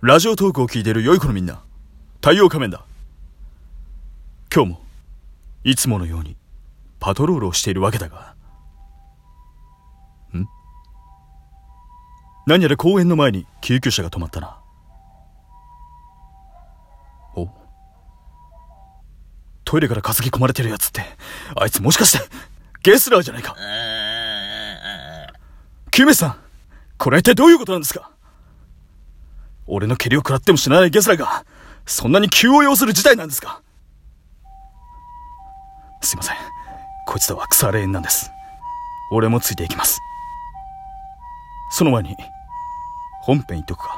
ラジオトークを聞いている良い子のみんな、太陽仮面だ。今日もいつものようにパトロールをしているわけだが、何やら公園の前に救急車が止まったな。お、トイレから担ぎ込まれてるやつって、あいつもしかしてゲスラーじゃないか。救命士さん、これ一体どういうことなんですか？俺の蹴りを食らっても死なないゲスラーがそんなに急を要する事態なんですか？すいません、こいつとは腐れ縁なんです。俺もついていきます。その前に本編言っとくか。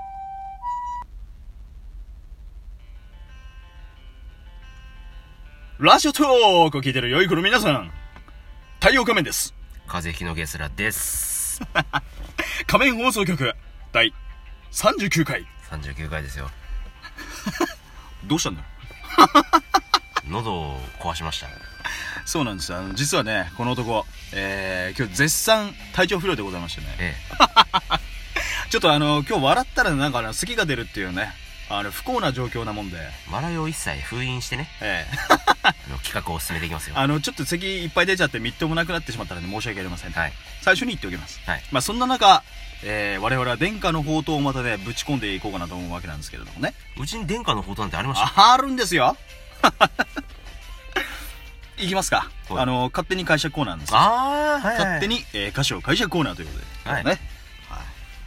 ラジオトークを聞いてる良い子の皆さん、太陽仮面です。 風邪ひきのゲスラです仮面放送局第39回 39回ですよどうしたんだ喉を壊しました。 そうなんです。実はね、この男、今日絶賛体調不良でございましてね、ちょっと今日笑ったらなんか咳が出るっていうね、不幸な状況なもんで、 笑いを一切封印してね、企画を進めていきますよ。 ちょっと咳いっぱい出ちゃってみっともなくなってしまったので申し訳ありません、 はい、 最初に言っておきます、 はい、 まあそんな中、我々は殿下の宝刀をまたねぶち込んでいこうかなと思うわけなんですけれどもね。 うちに殿下の宝刀なんてありました？ あるんですよいきますか。勝手に解釈コーナーなんですよ。 はいはい、 勝手に、歌詞を解釈コーナーということで、 はい、 ね、はい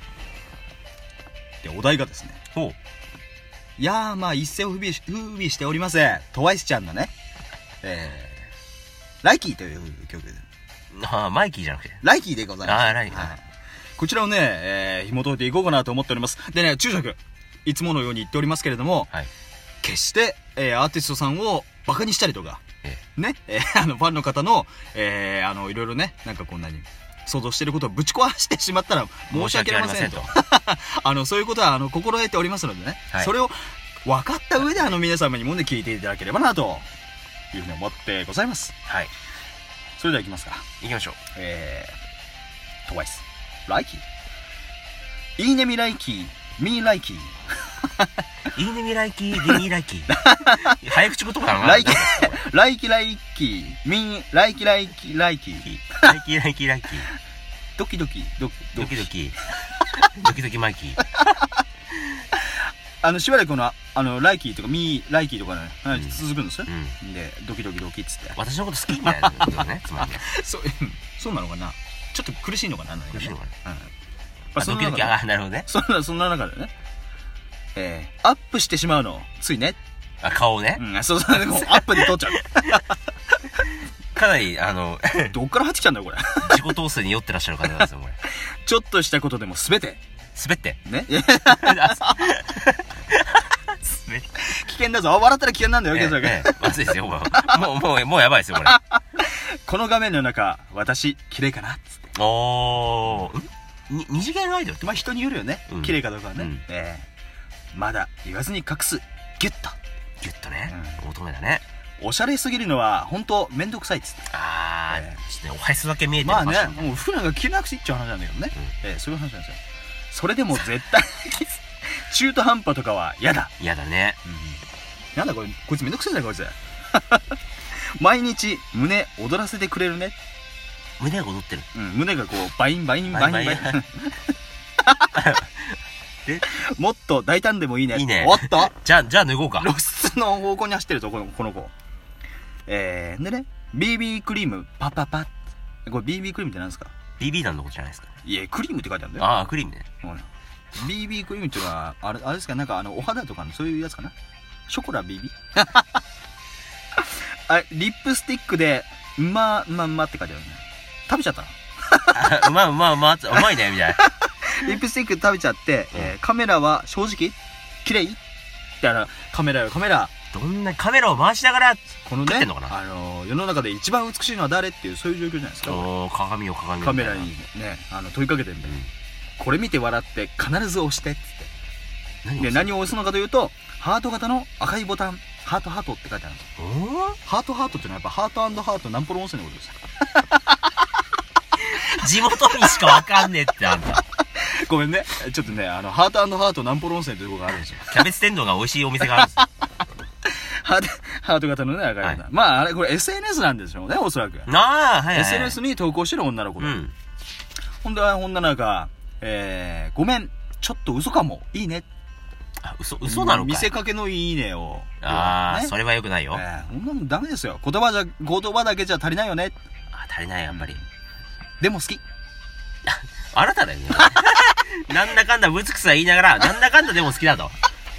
、でお題がですね、いやー、まあ一世を風靡しておりますTWICEちゃんのね、ライキーという曲で、 マイキーじゃなくてライキーでございます。 ライキー、はい、 こちらをね、紐解いていこうかなと思っております。でね、注釈いつものように言っておりますけれども、はい、決して、アーティストさんをバカにしたりとか、ね、ファンの方の、いろいろね、なんかこんなに想像していることをぶち壊してしまったら申し訳ありませんとそういうことは心得ておりますのでね、はい、それを分かった上で皆様にもね聞いていただければなというふうに思ってございます。はい、それでは行きますか。 行きましょう。 TWICEライキー、いいねみライキー、ミーライキーいいねみライキー、デミライキー早口言葉だな。 ライキライキー、ミーライキライキライキーライキライキライキードキドキドキドキドキドキマイキーしばらくこのライキーとかミーライキーとかね、続くんですよ、でドキドキドキっつって私のこと好きみたいなことねつまりねそうなのかな、ちょっと苦しいのかな、 苦しいのかな、 ドキドキ、なるほどね。そんな中でね、アップしてしまうのついね、 顔ね、 そうアップで撮っちゃうかなりどっから入ってきたんだよこれ自己統制に酔ってらっしゃる方なんですよこれちょっとしたことでも全てね危険だぞ。笑ったら危険なんだよ、 まずいですよもうやばいですよこれこの画面の中私綺麗かなっつって、 二次元アイドルって、 まあ人によるよね、綺麗かどうかはね、まだ言わずに隠すギュッとね、乙女だね。 おしゃれすぎるのは本当めんどくさいっつって、ちょっとね、おへそだけ見えてる。 まあね、もう普段が着れなくていいっちゃう話なんだけどね、そういう話なんですよ。それでも絶対中途半端とかは嫌だね、 なんだこいつめんどくさいんだこいつ毎日胸踊らせてくれるね。 胸が踊ってる、 胸がこうバインバインバインバインでもっと大胆でもいいね。 いいね。 おっとじゃあ脱ごうか。 露出の方向に走ってるぞこの子。でね、 BB クリームパパパ、これ BB クリームって何ですか？ BB 弾のことじゃないですか。 いや、クリームって書いてあるんだよ。 クリームね。 BB クリームっていうのはあれですか、なんかお肌とかのそういうやつかな。ショコラ BB リップスティックでうまって書いてあるね。食べちゃったのうまいねみたいなリップスティック食べちゃって、カメラは正直綺麗ってカメラどんなカメラを回しながらこのね、 食ってんのかな。 世の中で一番美しいのは誰っていう、そういう状況じゃないですか。 鏡カメラにね問いかけてるんで、これ見て笑って必ず押してっつって、で何を押すのかというと、ハート型の赤いボタン、ハートって書いてあるんですよ。ハートっていうのはやっぱハート&ハート南ポロ温泉のことですよ地元にしかわかんねえってあんたごめんね。ちょっとね、ハート&ハート南方温泉というところがあるんですよ。 キャベツ天丼が美味しいお店があるんです。 ハート型のね、赤い方。まあ、あれ、これ SNS なんですよね、おそらく。 ああ、はいはい。 SNS に投稿してる女の子だ。ほんで、女の子が、ごめん、ちょっと嘘かも。いいね。 嘘なのかい。 見せかけのいいねを。 ああ、それは良くないよ。 そんなのダメですよ。言葉だけじゃ足りないよね。 足りない、やっぱり。 でも好き。 あなただよね。なんだかんだぶつくさ言いながら、なんだかんだでも好きだと。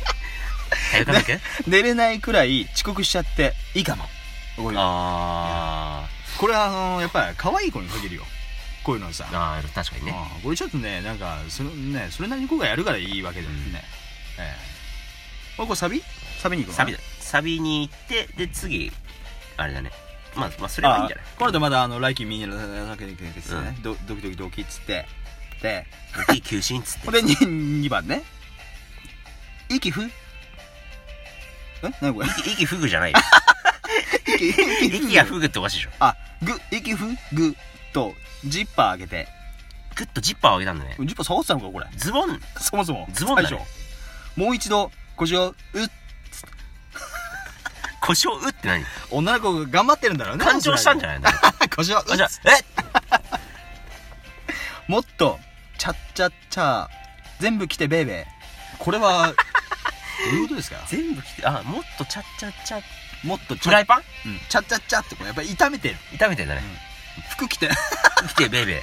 寝れないくらい遅刻しちゃっていいかも。これはやっぱり可愛い子に限るよ。こういうのさ。 確かにね。 これちょっとね、なんか、それなりに子がやるからいいわけだよね。これサビに行くの？ サビに行って、で、次、あれだね。まあ、それはいいんじゃない？ この後まだ来季みんなだけでですね、ドキドキドキっつって、で、 息休止っつって。 これ2番ね。息ふ？何これ？ 息ふぐじゃないよ。息がふぐっておかしいでしょ。 息ふぐと、ジッパー上げて。 グッとジッパーを上げたんだね。 ジッパー下がってたのかこれ。 ズボン。 そもそも。 ズボンだね。 もう一度、腰を、 腰をって何？ 女の子が頑張ってるんだろうね。 感情したんじゃないの？ 腰をもっと、チャッチャッチャー、全部来てベイベー。これは、どういうことですか？ 全部来て、もっとチャッチャッチャー。 もっとフライパン？ チャッチャッチャーってこれやっぱり炒めてる。 炒めてんだね。 服着て。 来てベイベー。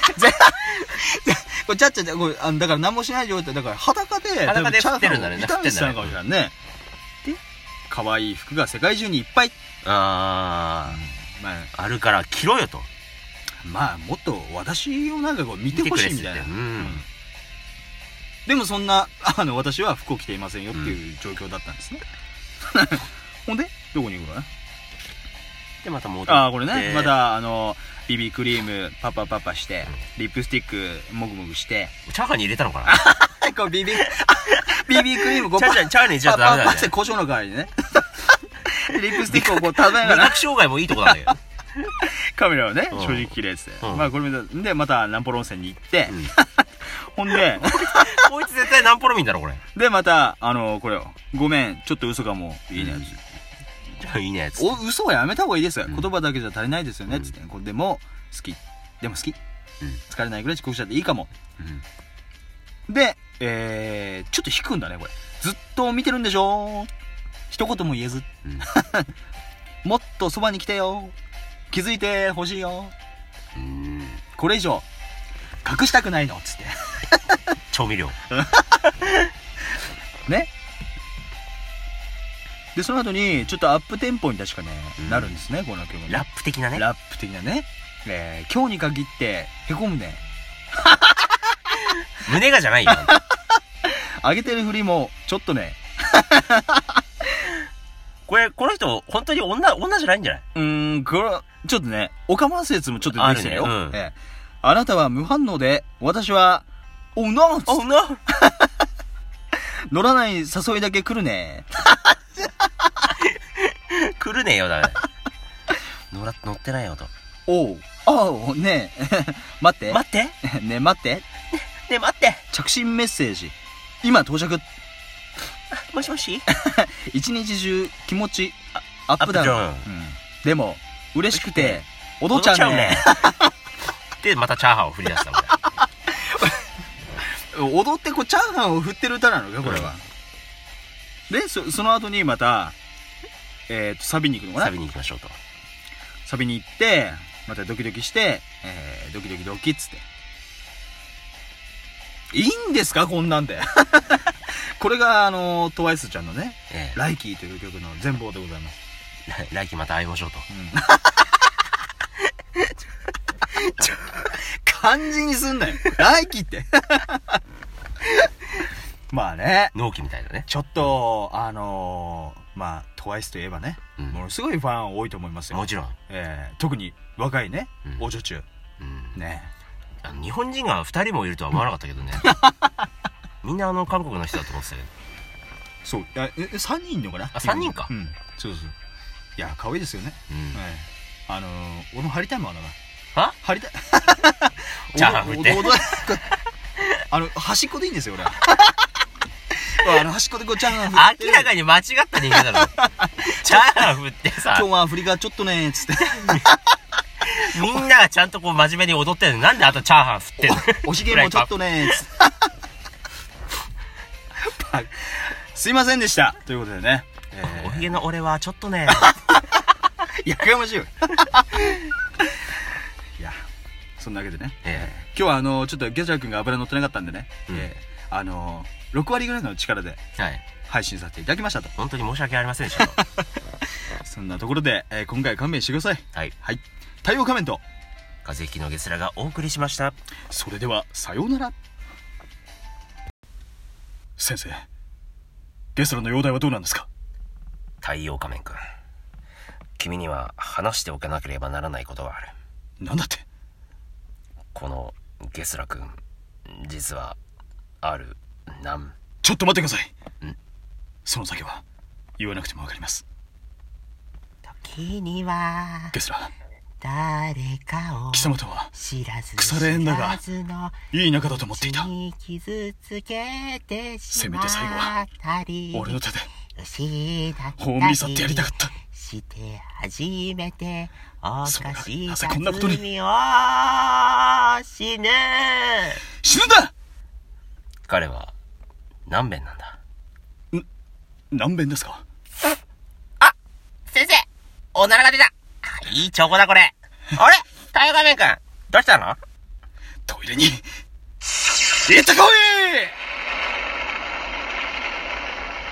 これチャッチャッチャー、だから何もしない状態、だから裸で振ってるんだね。 炒めてたのかもしれないね。で、可愛い服が世界中にいっぱい。 あるから着ろよと。 まあ、もっと私をなんかこう見てほしいみたいな。でもそんな、私は服を着ていませんよっていう状況だったんですね。ほんで、どこに行くのね？ で、また戻って。 これね、また、BB クリーム、パパして、リップスティック、もぐもぐして。 チャーハンに入れたのかな？ これ BB クリーム、 チャーハンに入れちゃダメだね。 胡椒の代わりにね。リップスティックをこう食べながら。 味覚障害もいいとこなんだよ。 カメラをね、正直綺麗って。まあこれで、また南方温泉に行って、ほんで、 こいつ絶対南方民だろ、これ。 で、また、これを、ごめん、ちょっと嘘かも、いいね。 いいね。 嘘はやめた方がいいですよ。言葉だけじゃ足りないですよね。つって。でも、好き。疲れないぐらい遅刻しちゃっていいかも。で、ちょっと引くんだね、これ。ずっと見てるんでしょ？一言も言えず。もっとそばに来てよ。気づいてほしいよ。これ以上、隠したくないの。つって。 調味料。 ね。で、その後に、ちょっとアップテンポに確かね、なるんですね、この曲ね。 ラップ的なね。 ラップ的なね。今日に限って、へこむね。 胸がじゃないよ。 上げてる振りも、ちょっとね。 この人、本当に女じゃないんじゃない？ これ、ちょっとね、オカマ説もちょっと出てきたよ。あなたは無反応で、私は、おなっおな乗らない誘いだけ来るね。 来るねよ、だね。乗ってないよと。 ねえ、待って。 待って。 ねえ、待って。 ねえ、待って。 着信メッセージ。今到着。 もしもし一日中気持ちアップダウン。でも、嬉しくて、踊っちゃうね。 で、またチャーハンを振り出した。 踊ってこうチャーハンを振ってる歌なのかこれは。で、その後にまた、サビに行くのかな？ サビに行きましょうと。 サビに行って、またドキドキして、ドキドキドキっつって。いいんですかこんなんで。これが、TWICE ちゃんのね、ライキーという曲の全貌でございます。 ライキーまた会いましょうと。 漢字にすんなよ。ライキーって。まあね。 納期みたいなね。 ちょっと、まあ、TWICE といえばね、ものすごいファン多いと思いますよ。 もちろん。 特に若いね、お女中。ね。 日本人が2人もいるとは思わなかったけどね。みんな韓国の人だと思ってたけど。 そう。3人いんのかな ？3人か。 そうそう。いや、可愛いですよね。俺も張りたいもん、 は？ 張りたい。 チャーハン振って。 端っこでいいんですよ、俺。端っこでこうチャーハン振って。 明らかに間違った人間だろ。チャーハン振ってさ。 今日は振りがちょっとね、つって。 みんながちゃんとこう真面目に踊ってるのになんであとチャーハン振ってんの？ おひげもちょっとね、つって。すいませんでした。ということでね。 おひげの俺はちょっとね。 やかましいよ。いや、そんなわけでね。今日はちょっとゲスラ君が油乗ってなかったんでね。6割ぐらいの力で配信させていただきましたと。 本当に申し訳ありませんでした。 そんなところで、今回は勘弁してください。はい。はい。対応コメント。 風邪ひきのゲスラがお送りしました。 それでは、さようなら。先生、ゲスラの容体はどうなんですか？ 太陽仮面くん。君には話しておかなければならないことがある。 なんだって？ このゲスラくん、実は、ある、 ちょっと待ってください。その先は、言わなくてもわかります。 時には、 ゲスラ、 誰かを貴様とは、 知らず腐れ縁だが、いい仲だと思っていた。 せめて最後は、俺の手で、 葬り去ってやりたかった。 して初めてそれがなぜこんなことに。 死ぬんだ。 彼は何弁なんだ？ 何弁ですか？ あ、先生、おならが出た。いい兆候だこれ。あれ、太陽仮面くん、どうしたの？ トイレに行ってこい！